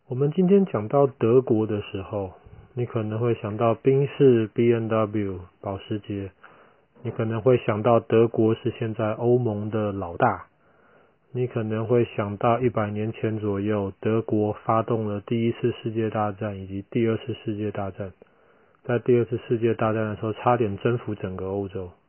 我们今天讲到德国的时候，你可能会想到宾士、B&W、保时捷，你可能会想到德国是现在欧盟的老大，你可能会想到100年前左右，德国发动了第一次世界大战以及第二次世界大战，在第二次世界大战的时候差点征服整个欧洲。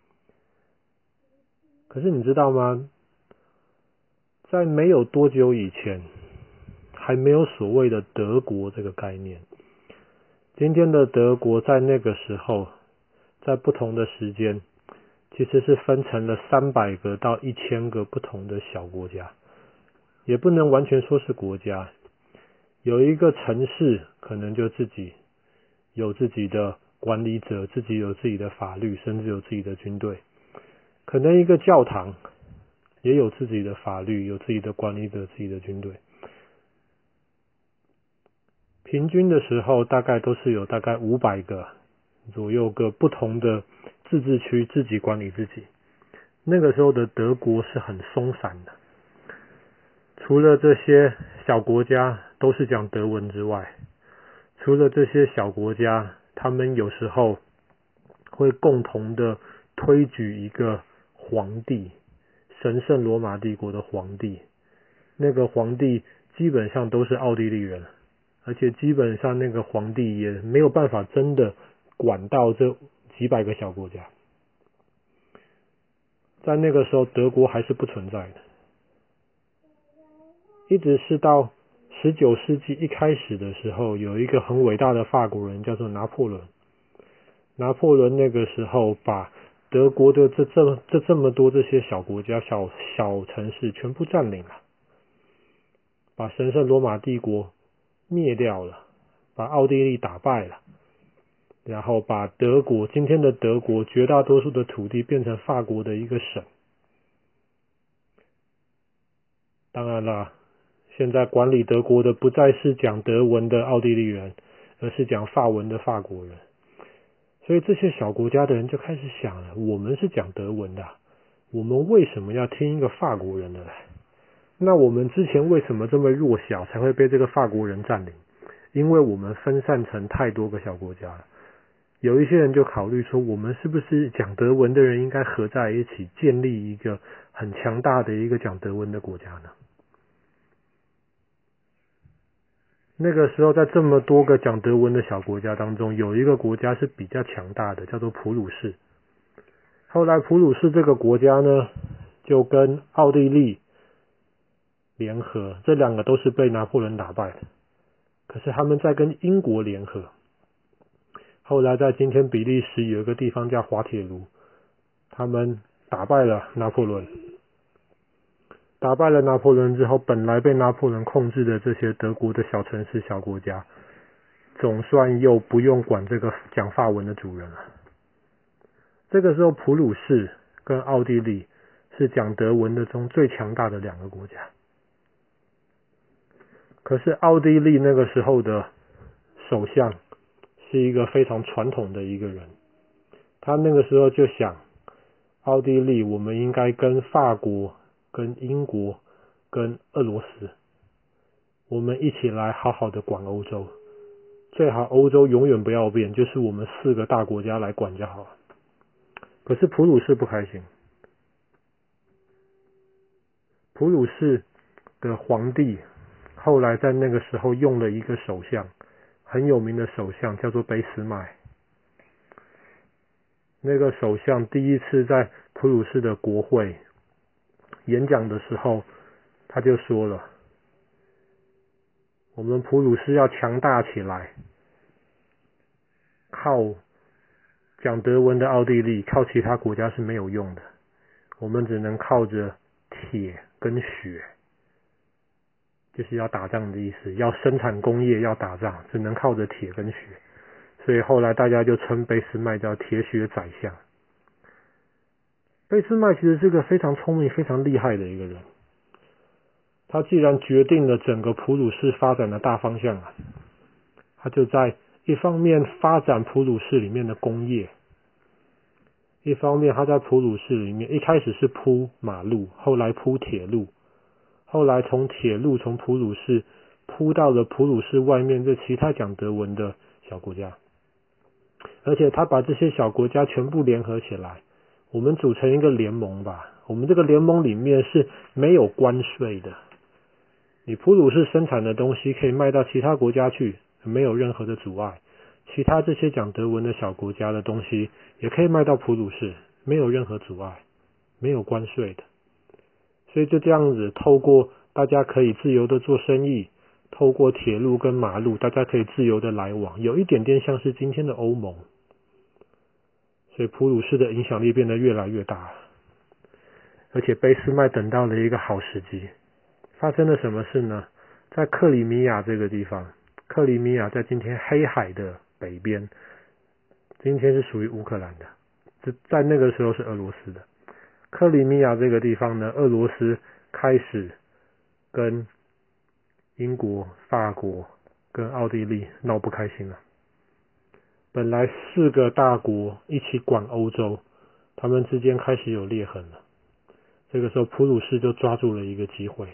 可是你知道吗？在没有多久以前，还没有所谓的德国这个概念。今天的德国在那个时候，在不同的时间，其实是分成了300个到1000个不同的小国家，也不能完全说是国家。有一个城市可能就自己有自己的管理者，自己有自己的法律，甚至有自己的军队。可能一个教堂也有自己的法律，有自己的管理者，自己的军队。平均的时候大概都是有大概500个左右个不同的自治区自己管理自己。那个时候的德国是很松散的，除了这些小国家都是讲德文之外，除了这些小国家，他们有时候会共同的推举一个皇帝，神圣罗马帝国的皇帝。那个皇帝基本上都是奥地利人，而且基本上那个皇帝也没有办法真的管到这几百个小国家。在那个时候德国还是不存在的，一直是到19世纪一开始的时候，有一个很伟大的法国人叫做拿破仑。拿破仑那个时候把德国的这么多这些小国家、小城市全部占领了，把神圣罗马帝国灭掉了，把奥地利打败了，然后把德国今天的德国绝大多数的土地变成法国的一个省。当然了，现在管理德国的不再是讲德文的奥地利人，而是讲法文的法国人。所以这些小国家的人就开始想了，我们是讲德文的，我们为什么要听一个法国人的来？那我们之前为什么这么弱小，才会被这个法国人占领？因为我们分散成太多个小国家了。有一些人就考虑说，我们是不是讲德文的人应该合在一起，建立一个很强大的一个讲德文的国家呢？那个时候在这么多个讲德文的小国家当中，有一个国家是比较强大的，叫做普鲁士。后来普鲁士这个国家呢，就跟奥地利联合，这两个都是被拿破仑打败的。可是他们在跟英国联合，后来在今天比利时有一个地方叫滑铁卢，他们打败了拿破仑。打败了拿破仑之后，本来被拿破仑控制的这些德国的小城市、小国家，总算又不用管这个讲法文的主人了。这个时候，普鲁士跟奥地利是讲德文的中最强大的两个国家。可是奥地利那个时候的首相是一个非常传统的一个人，他那个时候就想，奥地利我们应该跟法国、跟英国、跟俄罗斯，我们一起来好好的管欧洲，最好欧洲永远不要变，就是我们4个大国家来管就好了。可是普鲁士不开心，普鲁士的皇帝后来在那个时候用了一个首相，很有名的首相叫做俾斯麦。那个首相第一次在普鲁士的国会演讲的时候，他就说了，我们普鲁士要强大起来，靠讲德文的奥地利，靠其他国家是没有用的，我们只能靠着铁跟血，就是要打仗的意思，要生产工业，要打仗，只能靠着铁跟血。所以后来大家就称俾斯麦叫铁血宰相。俾斯麦其实是个非常聪明、非常厉害的一个人。他既然决定了整个普鲁士发展的大方向，他就在一方面发展普鲁士里面的工业，一方面他在普鲁士里面一开始是铺马路，后来铺铁路，后来从铁路从普鲁士扑到了普鲁士外面这其他讲德文的小国家，而且他把这些小国家全部联合起来，我们组成一个联盟吧。我们这个联盟里面是没有关税的，你普鲁士生产的东西可以卖到其他国家去，没有任何的阻碍。其他这些讲德文的小国家的东西也可以卖到普鲁士，没有任何阻碍，没有关税的。所以就这样子，透过大家可以自由的做生意，透过铁路跟马路，大家可以自由的来往，有一点点像是今天的欧盟。所以普鲁士的影响力变得越来越大，而且俾斯麦等到了一个好时机。发生了什么事呢？在克里米亚这个地方，克里米亚在今天黑海的北边，今天是属于乌克兰的，在那个时候是俄罗斯的。克里米亚这个地方呢，俄罗斯开始跟英国、法国跟奥地利闹不开心了。本来4个大国一起管欧洲，他们之间开始有裂痕了。这个时候普鲁士就抓住了一个机会，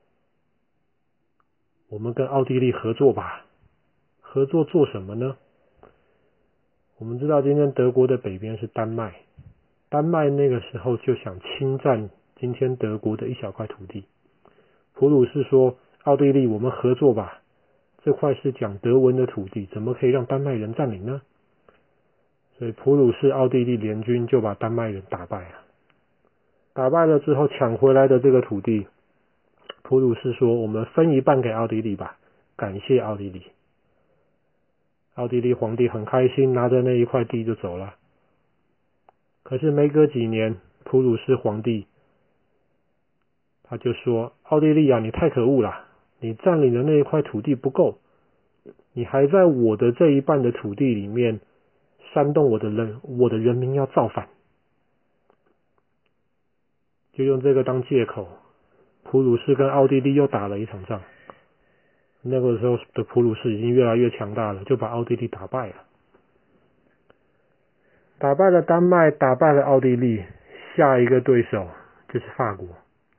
我们跟奥地利合作吧。合作做什么呢？我们知道今天德国的北边是丹麦，丹麦那个时候就想侵占今天德国的一小块土地。普鲁士说，奥地利我们合作吧，这块是讲德文的土地，怎么可以让丹麦人占领呢？所以普鲁士奥地利联军就把丹麦人打败了。打败了之后抢回来的这个土地，普鲁士说我们分一半给奥地利吧，感谢奥地利。奥地利皇帝很开心，拿着那一块地就走了。可是没隔几年，普鲁士皇帝他就说，奥地利啊，你太可恶了，你占领的那一块土地不够，你还在我的这一半的土地里面煽动我的人民要造反。就用这个当借口，普鲁士跟奥地利又打了一场仗。那个时候的普鲁士已经越来越强大了，就把奥地利打败了。打败了丹麦，打败了奥地利，下一个对手就是法国。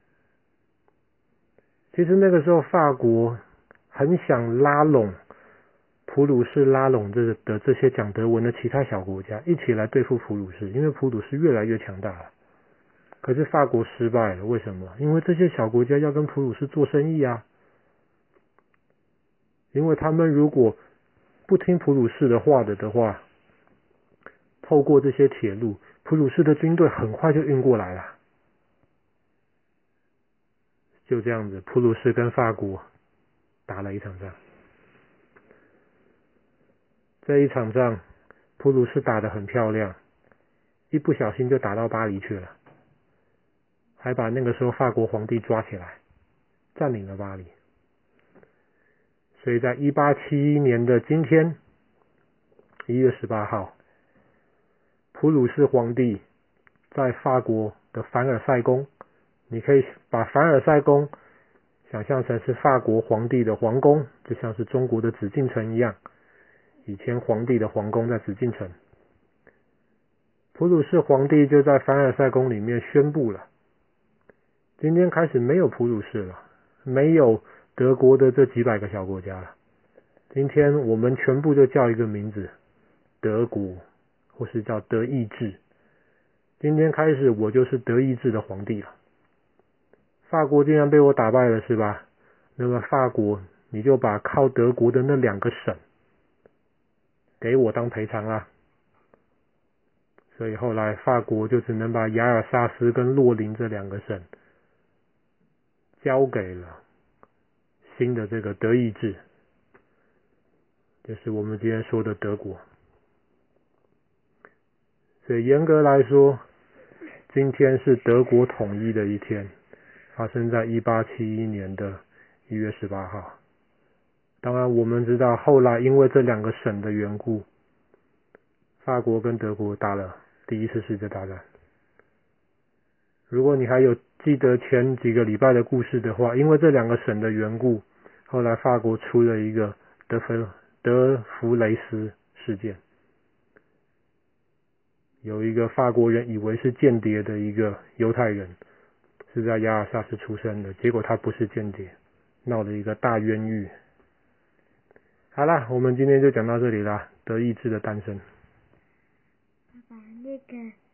其实那个时候法国很想拉拢普鲁士，拉拢这些讲德文的其他小国家一起来对付普鲁士，因为普鲁士越来越强大了。可是法国失败了，为什么？因为这些小国家要跟普鲁士做生意啊。因为他们如果不听普鲁士的话透过这些铁路，普鲁士的军队很快就运过来了。就这样子，普鲁士跟法国打了一场仗。这一场仗，普鲁士打得很漂亮，一不小心就打到巴黎去了，还把那个时候法国皇帝抓起来，占领了巴黎。所以在1871年的今天1月18号，普鲁士皇帝在法国的凡尔赛宫，你可以把凡尔赛宫想象成是法国皇帝的皇宫，就像是中国的紫禁城一样。以前皇帝的皇宫在紫禁城，普鲁士皇帝就在凡尔赛宫里面宣布了，今天开始没有普鲁士了，没有德国的这几百个小国家了。今天我们全部就叫一个名字，德国，或是叫德意志。今天开始我就是德意志的皇帝了。法国竟然被我打败了是吧？那么法国你就把靠德国的那2个省给我当赔偿啦。所以后来法国就只能把雅尔萨斯跟洛林这2个省交给了新的这个德意志，就是我们今天说的德国。所以严格来说，今天是德国统一的一天，发生在1871年的1月18号。当然我们知道后来因为这2个省的缘故，法国跟德国打了第1次世界大战。如果你还有记得前几个礼拜的故事的话，因为这2个省的缘故，后来法国出了一个德弗雷斯事件，有一个法国人以为是间谍的一个犹太人，是在雅尔萨斯出生的，结果他不是间谍， 闹了一个大冤狱。好啦，我们今天就讲到这里啦，德意志的诞生。 爸爸，那个